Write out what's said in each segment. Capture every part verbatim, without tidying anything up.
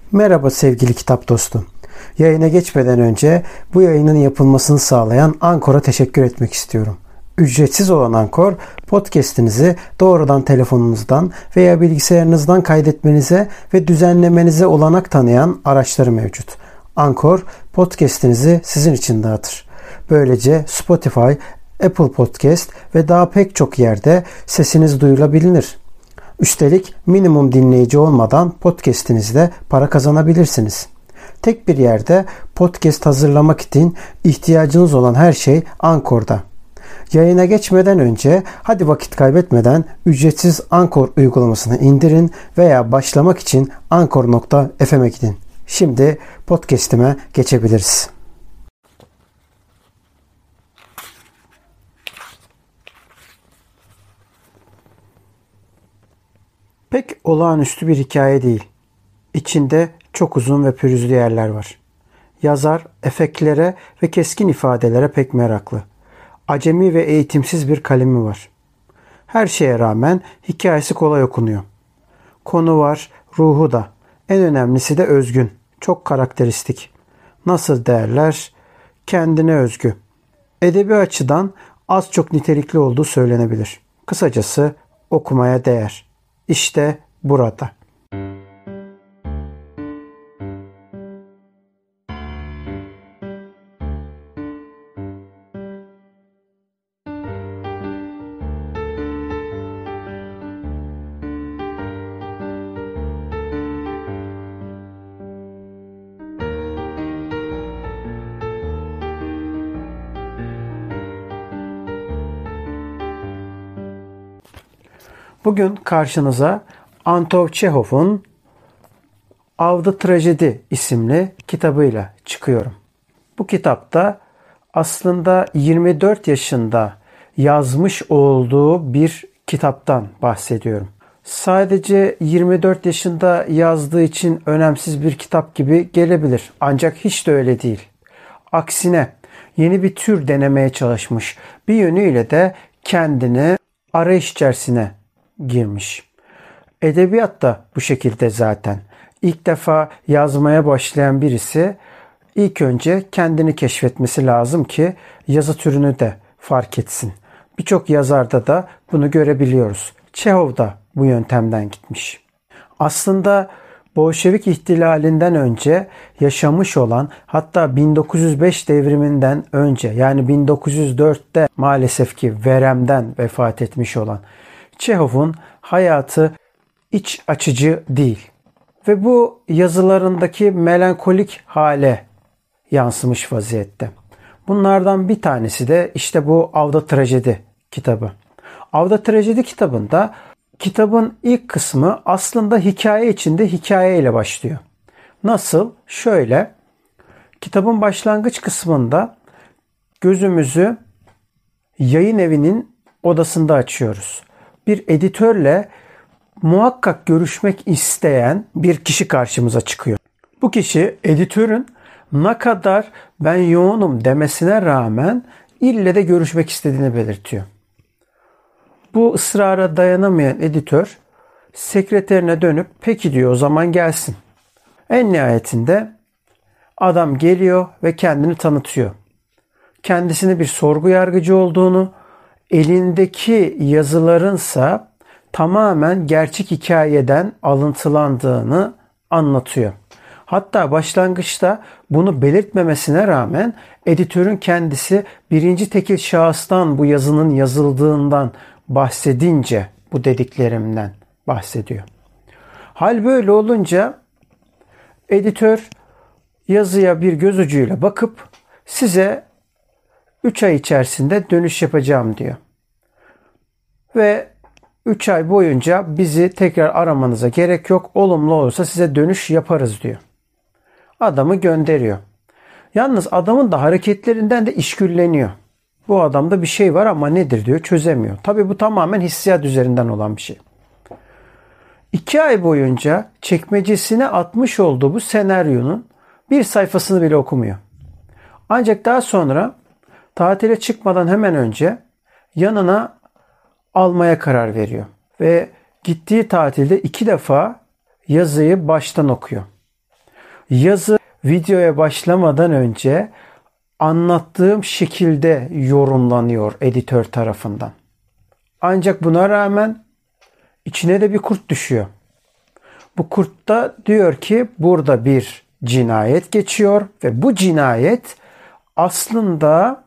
Merhaba sevgili kitap dostum. Yayına geçmeden önce bu yayının yapılmasını sağlayan Ankor'a teşekkür etmek istiyorum. Ücretsiz olan Ankor, podcast'inizi doğrudan telefonunuzdan veya bilgisayarınızdan kaydetmenize ve düzenlemenize olanak tanıyan araçları mevcut. Ankor, podcast'inizi sizin için dağıtır. Böylece Spotify, Apple Podcast ve daha pek çok yerde sesiniz duyulabilir. Üstelik minimum dinleyici olmadan podcast'inizde para kazanabilirsiniz. Tek bir yerde podcast hazırlamak için ihtiyacınız olan her şey Ankor'da. Yayına geçmeden önce hadi vakit kaybetmeden ücretsiz Ankor uygulamasını indirin veya başlamak için ankor nokta f m'e gidin. Şimdi podcast'ime geçebiliriz. Pek olağanüstü bir hikaye değil. İçinde çok uzun ve pürüzlü yerler var. Yazar efektlere ve keskin ifadelere pek meraklı. Acemi ve eğitimsiz bir kalemi var. Her şeye rağmen hikayesi kolay okunuyor. Konu var, ruhu da. En önemlisi de özgün. Çok karakteristik. Nasıl derler? Kendine özgü. Edebi açıdan az çok nitelikli olduğu söylenebilir. Kısacası okumaya değer. İşte burada. Bugün karşınıza Anton Çehov'un Avda Trajedi isimli kitabıyla çıkıyorum. Bu kitapta aslında yirmi dört yaşında yazmış olduğu bir kitaptan bahsediyorum. Sadece yirmi dört yaşında yazdığı için önemsiz bir kitap gibi gelebilir. Ancak hiç de öyle değil. Aksine yeni bir tür denemeye çalışmış. Bir yönüyle de kendini arayış içerisine girmiş. Edebiyat da bu şekilde zaten. İlk defa yazmaya başlayan birisi ilk önce kendini keşfetmesi lazım ki yazı türünü de fark etsin. Birçok yazarda da bunu görebiliyoruz. Çehov da bu yöntemden gitmiş. Aslında Bolşevik ihtilalinden önce yaşamış olan, hatta bin dokuz yüz beş devriminden önce, yani bin dokuz yüz dörtte maalesef ki veremden vefat etmiş olan Çehov'un hayatı iç açıcı değil. Ve bu yazılarındaki melankolik hale yansımış vaziyette. Bunlardan bir tanesi de işte bu Avda Trajedi kitabı. Avda Trajedi kitabında kitabın ilk kısmı aslında hikaye içinde hikayeyle başlıyor. Nasıl? Şöyle, kitabın başlangıç kısmında gözümüzü yayın evinin odasında açıyoruz. Bir editörle muhakkak görüşmek isteyen bir kişi karşımıza çıkıyor. Bu kişi editörün ne kadar ben yoğunum demesine rağmen ille de görüşmek istediğini belirtiyor. Bu ısrara dayanamayan editör sekreterine dönüp peki diyor, o zaman gelsin. En nihayetinde adam geliyor ve kendini tanıtıyor. Kendisini bir sorgu yargıcı olduğunu, elindeki yazılarınsa tamamen gerçek hikayeden alıntılandığını anlatıyor. Hatta başlangıçta bunu belirtmemesine rağmen editörün kendisi birinci tekil şahıstan bu yazının yazıldığından bahsedince bu dediklerimden bahsediyor. Hal böyle olunca editör yazıya bir göz ucuyla bakıp size üç ay içerisinde dönüş yapacağım diyor. Ve üç ay boyunca bizi tekrar aramanıza gerek yok. Olumlu olursa size dönüş yaparız diyor. Adamı gönderiyor. Yalnız adamın da hareketlerinden de işkülleniyor. Bu adamda bir şey var ama nedir diyor, çözemiyor. Tabii bu tamamen hissiyat üzerinden olan bir şey. İki ay boyunca çekmecesine atmış olduğu bu senaryonun bir sayfasını bile okumuyor. Ancak daha sonra tatile çıkmadan hemen önce yanına almaya karar veriyor. Ve gittiği tatilde iki defa yazıyı baştan okuyor. Yazı videoya başlamadan önce anlattığım şekilde yorumlanıyor editör tarafından. Ancak buna rağmen içine de bir kurt düşüyor. Bu kurt da diyor ki burada bir cinayet geçiyor ve bu cinayet aslında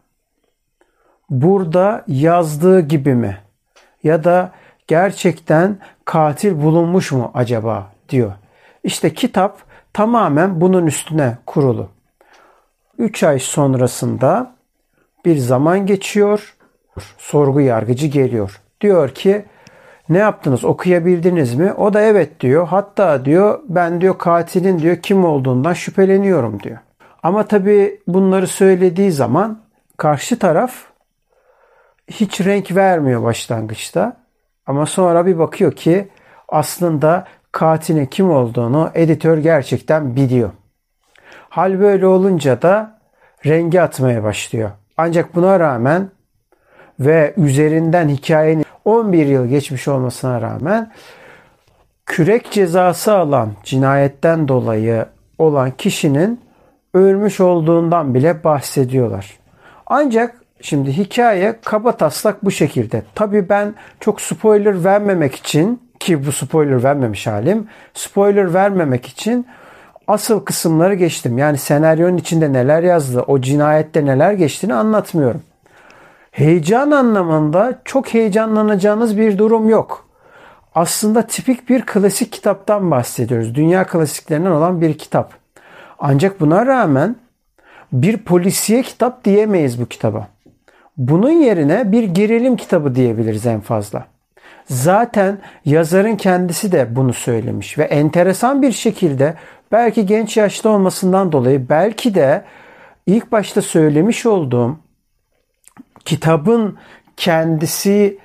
burada yazdığı gibi mi? Ya da gerçekten katil bulunmuş mu acaba diyor. İşte kitap tamamen bunun üstüne kurulu. Üç ay sonrasında bir zaman geçiyor. Sorgu yargıcı geliyor. Diyor ki ne yaptınız, okuyabildiniz mi? O da evet diyor. Hatta diyor ben diyor katilin diyor kim olduğundan şüpheleniyorum diyor. Ama tabii bunları söylediği zaman karşı taraf hiç renk vermiyor başlangıçta. Ama sonra bir bakıyor ki aslında katilin kim olduğunu editör gerçekten biliyor. Hal böyle olunca da rengi atmaya başlıyor. Ancak buna rağmen ve üzerinden hikayenin on bir yıl geçmiş olmasına rağmen kürek cezası alan cinayetten dolayı olan kişinin ölmüş olduğundan bile bahsediyorlar. Ancak şimdi hikaye kabataslak bu şekilde. Tabii ben çok spoiler vermemek için, ki bu spoiler vermemiş halim, spoiler vermemek için asıl kısımları geçtim. Yani senaryonun içinde neler yazdı, o cinayette neler geçtiğini anlatmıyorum. Heyecan anlamında çok heyecanlanacağınız bir durum yok. Aslında tipik bir klasik kitaptan bahsediyoruz. Dünya klasiklerinden olan bir kitap. Ancak buna rağmen bir polisiye kitap diyemeyiz bu kitaba. Bunun yerine bir gerilim kitabı diyebiliriz en fazla. Zaten yazarın kendisi de bunu söylemiş ve enteresan bir şekilde belki genç yaşta olmasından dolayı belki de ilk başta söylemiş olduğum kitabın kendisini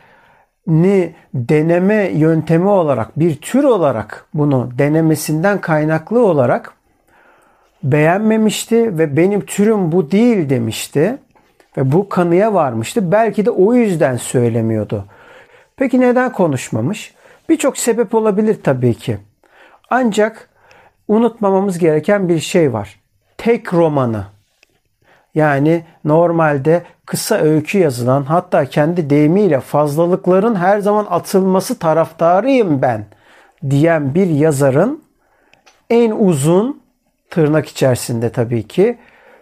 deneme yöntemi olarak bir tür olarak bunu denemesinden kaynaklı olarak beğenmemişti ve benim türüm bu değil demişti ve bu kanıya varmıştı. Belki de o yüzden söylemiyordu. Peki neden konuşmamış? Birçok sebep olabilir tabii ki. Ancak unutmamamız gereken bir şey var. Tek romanı. Yani normalde kısa öykü yazılan, hatta kendi deyimiyle fazlalıkların her zaman atılması taraftarıyım ben diyen bir yazarın en uzun, tırnak içerisinde tabii ki,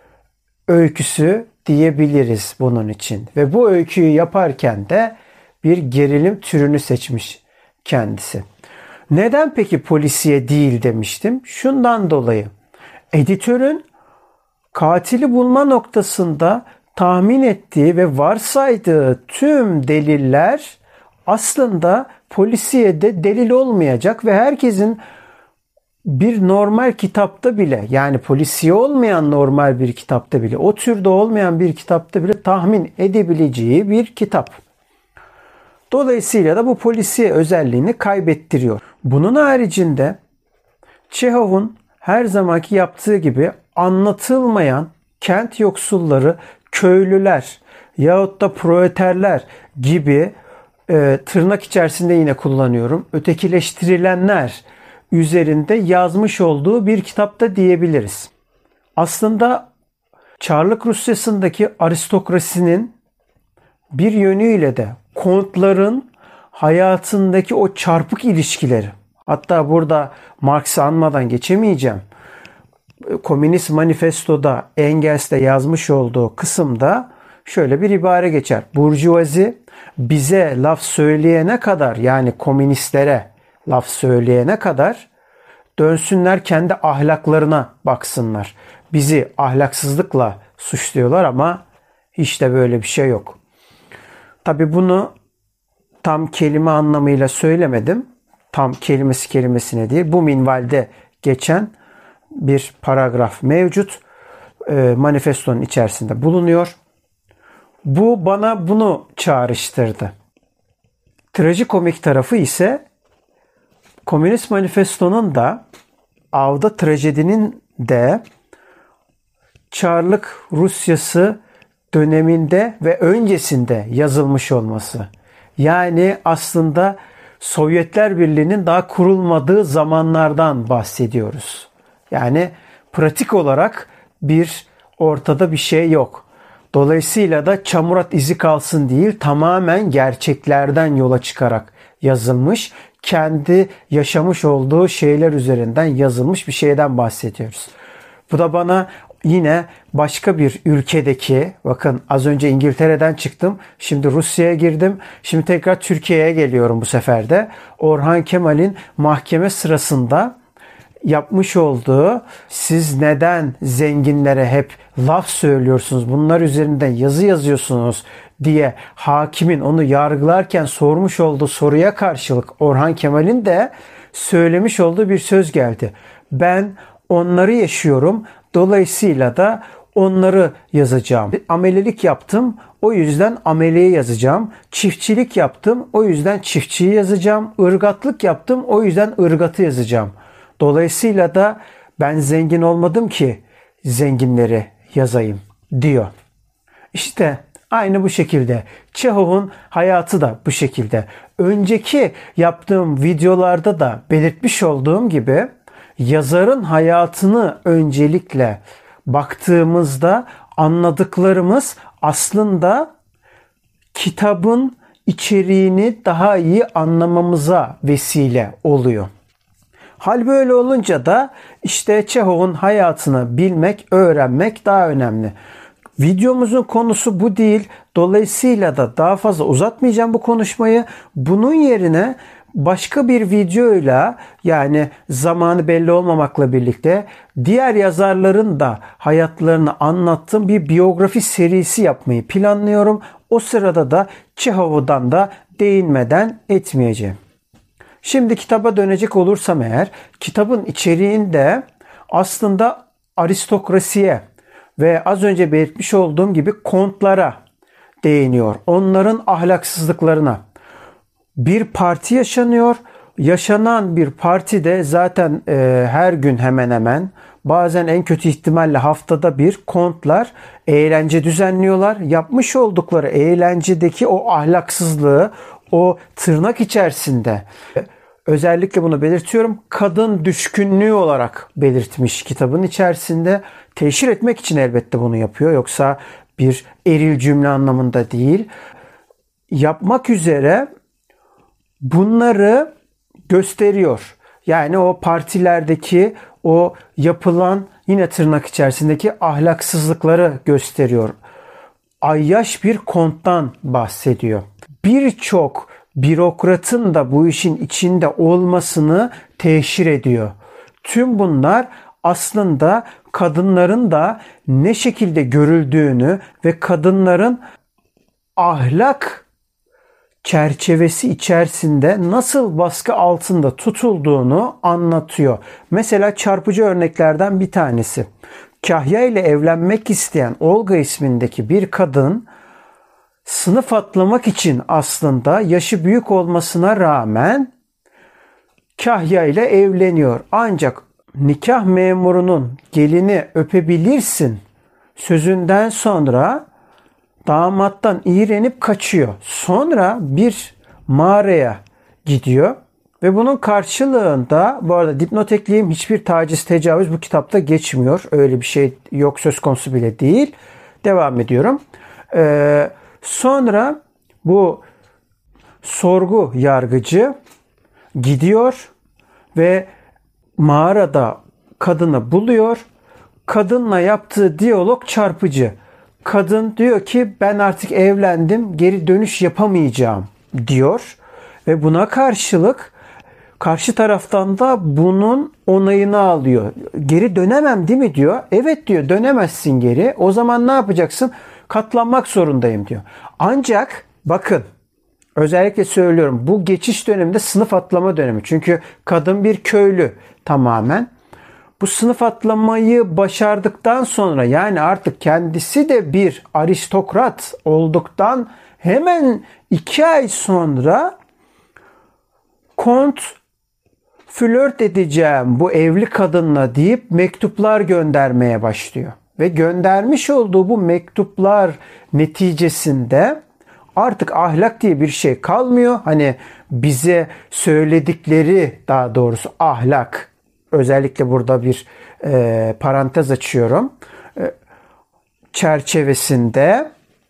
öyküsü diyebiliriz bunun için. Ve bu öyküyü yaparken de bir gerilim türünü seçmiş kendisi. Neden peki polisiye değil demiştim? Şundan dolayı. Editörün katili bulma noktasında tahmin ettiği ve varsaydığı tüm deliller aslında polisiyede delil olmayacak ve herkesin bir normal kitapta bile, yani polisiye olmayan normal bir kitapta bile, o türde olmayan bir kitapta bile tahmin edebileceği bir kitap. Dolayısıyla da bu polisiye özelliğini kaybettiriyor. Bunun haricinde Çehov'un her zamanki yaptığı gibi anlatılmayan kent yoksulları, köylüler yahut da proleterler gibi e, tırnak içerisinde yine kullanıyorum, ötekileştirilenler üzerinde yazmış olduğu bir kitapta diyebiliriz. Aslında Çarlık Rusyası'ndaki aristokrasinin bir yönüyle de kontların hayatındaki o çarpık ilişkileri, hatta burada Marx'ı anmadan geçemeyeceğim. Komünist Manifesto'da Engels'te yazmış olduğu kısımda şöyle bir ibare geçer. Burjuvazi bize laf söyleyene kadar, yani komünistlere laf söyleyene kadar dönsünler kendi ahlaklarına baksınlar. Bizi ahlaksızlıkla suçluyorlar ama hiç de böyle bir şey yok. Tabii bunu tam kelime anlamıyla söylemedim. Tam kelimesi kelimesine değil. Bu minvalde geçen bir paragraf mevcut. E, manifestonun içerisinde bulunuyor. Bu bana bunu çağrıştırdı. Trajikomik tarafı ise Komünist Manifesto'nun da Avda Trajedinin de Çarlık Rusyası döneminde ve öncesinde yazılmış olması. Yani aslında Sovyetler Birliği'nin daha kurulmadığı zamanlardan bahsediyoruz. Yani pratik olarak bir ortada bir şey yok. Dolayısıyla da çamurat izi kalsın değil, tamamen gerçeklerden yola çıkarak yazılmış, kendi yaşamış olduğu şeyler üzerinden yazılmış bir şeyden bahsediyoruz. Bu da bana yine başka bir ülkedeki, bakın az önce İngiltere'den çıktım, şimdi Rusya'ya girdim, şimdi tekrar Türkiye'ye geliyorum bu sefer de. Orhan Kemal'in mahkeme sırasında yapmış olduğu, siz neden zenginlere hep laf söylüyorsunuz, bunlar üzerinden yazı yazıyorsunuz diye hakimin onu yargılarken sormuş olduğu soruya karşılık Orhan Kemal'in de söylemiş olduğu bir söz geldi. Ben onları yaşıyorum, dolayısıyla da onları yazacağım. Amelelik yaptım, o yüzden ameleyi yazacağım. Çiftçilik yaptım, o yüzden çiftçiyi yazacağım. Irgatlık yaptım, o yüzden ırgatı yazacağım. Dolayısıyla da ben zengin olmadım ki zenginleri yazayım diyor. İşte aynı bu şekilde. Çehov'un hayatı da bu şekilde. Önceki yaptığım videolarda da belirtmiş olduğum gibi yazarın hayatını öncelikle baktığımızda anladıklarımız aslında kitabın içeriğini daha iyi anlamamıza vesile oluyor. Hal böyle olunca da işte Çehov'un hayatını bilmek, öğrenmek daha önemli. Videomuzun konusu bu değil. Dolayısıyla da daha fazla uzatmayacağım bu konuşmayı. Bunun yerine başka bir videoyla, yani zamanı belli olmamakla birlikte diğer yazarların da hayatlarını anlattığım bir biyografi serisi yapmayı planlıyorum. O sırada da Çehov'dan da değinmeden etmeyeceğim. Şimdi kitaba dönecek olursam eğer, kitabın içeriğinde aslında aristokrasiye ve az önce belirtmiş olduğum gibi kontlara değiniyor. Onların ahlaksızlıklarına. Bir parti yaşanıyor. Yaşanan bir partide zaten e, her gün hemen hemen, bazen en kötü ihtimalle haftada bir kontlar eğlence düzenliyorlar. Yapmış oldukları eğlencedeki o ahlaksızlığı, o tırnak içerisinde, özellikle bunu belirtiyorum, kadın düşkünlüğü olarak belirtmiş kitabın içerisinde. Teşhir etmek için elbette bunu yapıyor. Yoksa bir eril cümle anlamında değil. Yapmak üzere bunları gösteriyor. Yani o partilerdeki o yapılan, yine tırnak içerisindeki ahlaksızlıkları gösteriyor. Ayyaş bir konttan bahsediyor. Birçok bürokratın da bu işin içinde olmasını teşhir ediyor. Tüm bunlar aslında kadınların da ne şekilde görüldüğünü ve kadınların ahlak çerçevesi içerisinde nasıl baskı altında tutulduğunu anlatıyor. Mesela çarpıcı örneklerden bir tanesi. Kahya ile evlenmek isteyen Olga ismindeki bir kadın sınıf atlamak için aslında yaşı büyük olmasına rağmen Kahya ile evleniyor. Ancak nikah memurunun gelini öpebilirsin sözünden sonra damattan iğrenip kaçıyor. Sonra bir mağaraya gidiyor ve bunun karşılığında, bu arada dipnot ekleyeyim, hiçbir taciz, tecavüz bu kitapta geçmiyor. Öyle bir şey yok, söz konusu bile değil. Devam ediyorum. Ee, sonra bu sorgu yargıcı gidiyor ve mağarada kadını buluyor. Kadınla yaptığı diyalog çarpıcı. Kadın diyor ki ben artık evlendim, geri dönüş yapamayacağım diyor. Ve buna karşılık karşı taraftan da bunun onayını alıyor. Geri dönemem değil mi diyor. Evet diyor, dönemezsin geri. O zaman ne yapacaksın? Katlanmak zorundayım diyor. Ancak bakın, özellikle söylüyorum, bu geçiş döneminde sınıf atlama dönemi. Çünkü kadın bir köylü tamamen. Bu sınıf atlamayı başardıktan sonra, yani artık kendisi de bir aristokrat olduktan hemen iki ay sonra kont flört edeceğim bu evli kadınla deyip mektuplar göndermeye başlıyor. Ve göndermiş olduğu bu mektuplar neticesinde artık ahlak diye bir şey kalmıyor. Hani bize söyledikleri, daha doğrusu ahlak, özellikle burada bir e, parantez açıyorum. E, çerçevesinde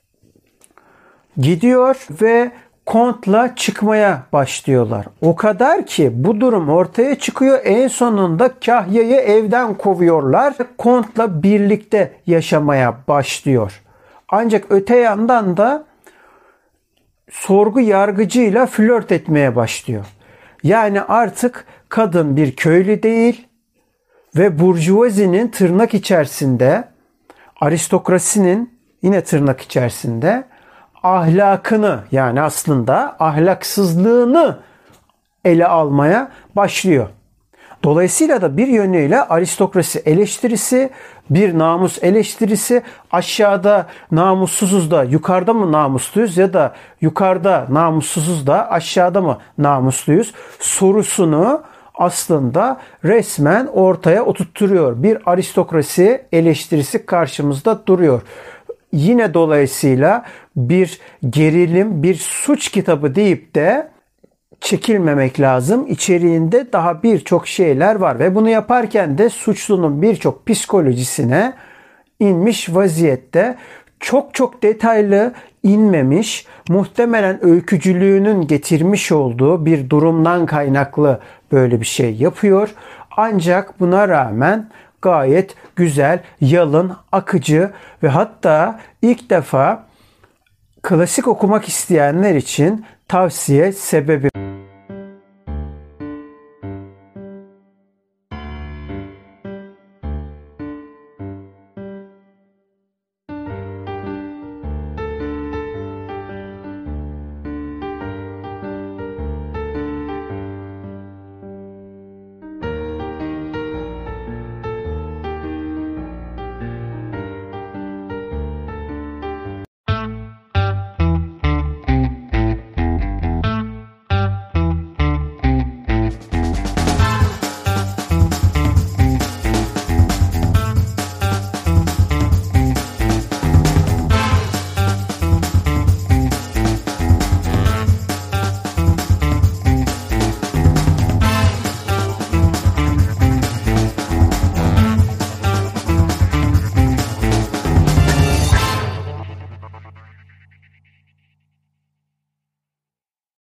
gidiyor ve Comte'la çıkmaya başlıyorlar. O kadar ki bu durum ortaya çıkıyor. En sonunda Kahya'yı evden kovuyorlar. Comte'la birlikte yaşamaya başlıyor. Ancak öte yandan da sorgu yargıcıyla flört etmeye başlıyor. Yani artık kadın bir köylü değil ve burjuvazinin tırnak içerisinde, aristokrasinin yine tırnak içerisinde ahlakını, yani aslında ahlaksızlığını ele almaya başlıyor. Dolayısıyla da bir yönüyle aristokrasi eleştirisi, bir namus eleştirisi, aşağıda namussuzuz da yukarıda mı namusluyuz ya da yukarıda namussuzuz da aşağıda mı namusluyuz sorusunu aslında resmen ortaya oturtturuyor. Bir aristokrasi eleştirisi karşımızda duruyor. Yine dolayısıyla bir gerilim, bir suç kitabı deyip de çekilmemek lazım. İçeriğinde daha birçok şeyler var ve bunu yaparken de suçlunun birçok psikolojisine inmiş vaziyette. Çok çok detaylı inmemiş, muhtemelen öykücülüğünün getirmiş olduğu bir durumdan kaynaklı böyle bir şey yapıyor. Ancak buna rağmen gayet güzel, yalın, akıcı ve hatta ilk defa klasik okumak isteyenler için tavsiye sebebi.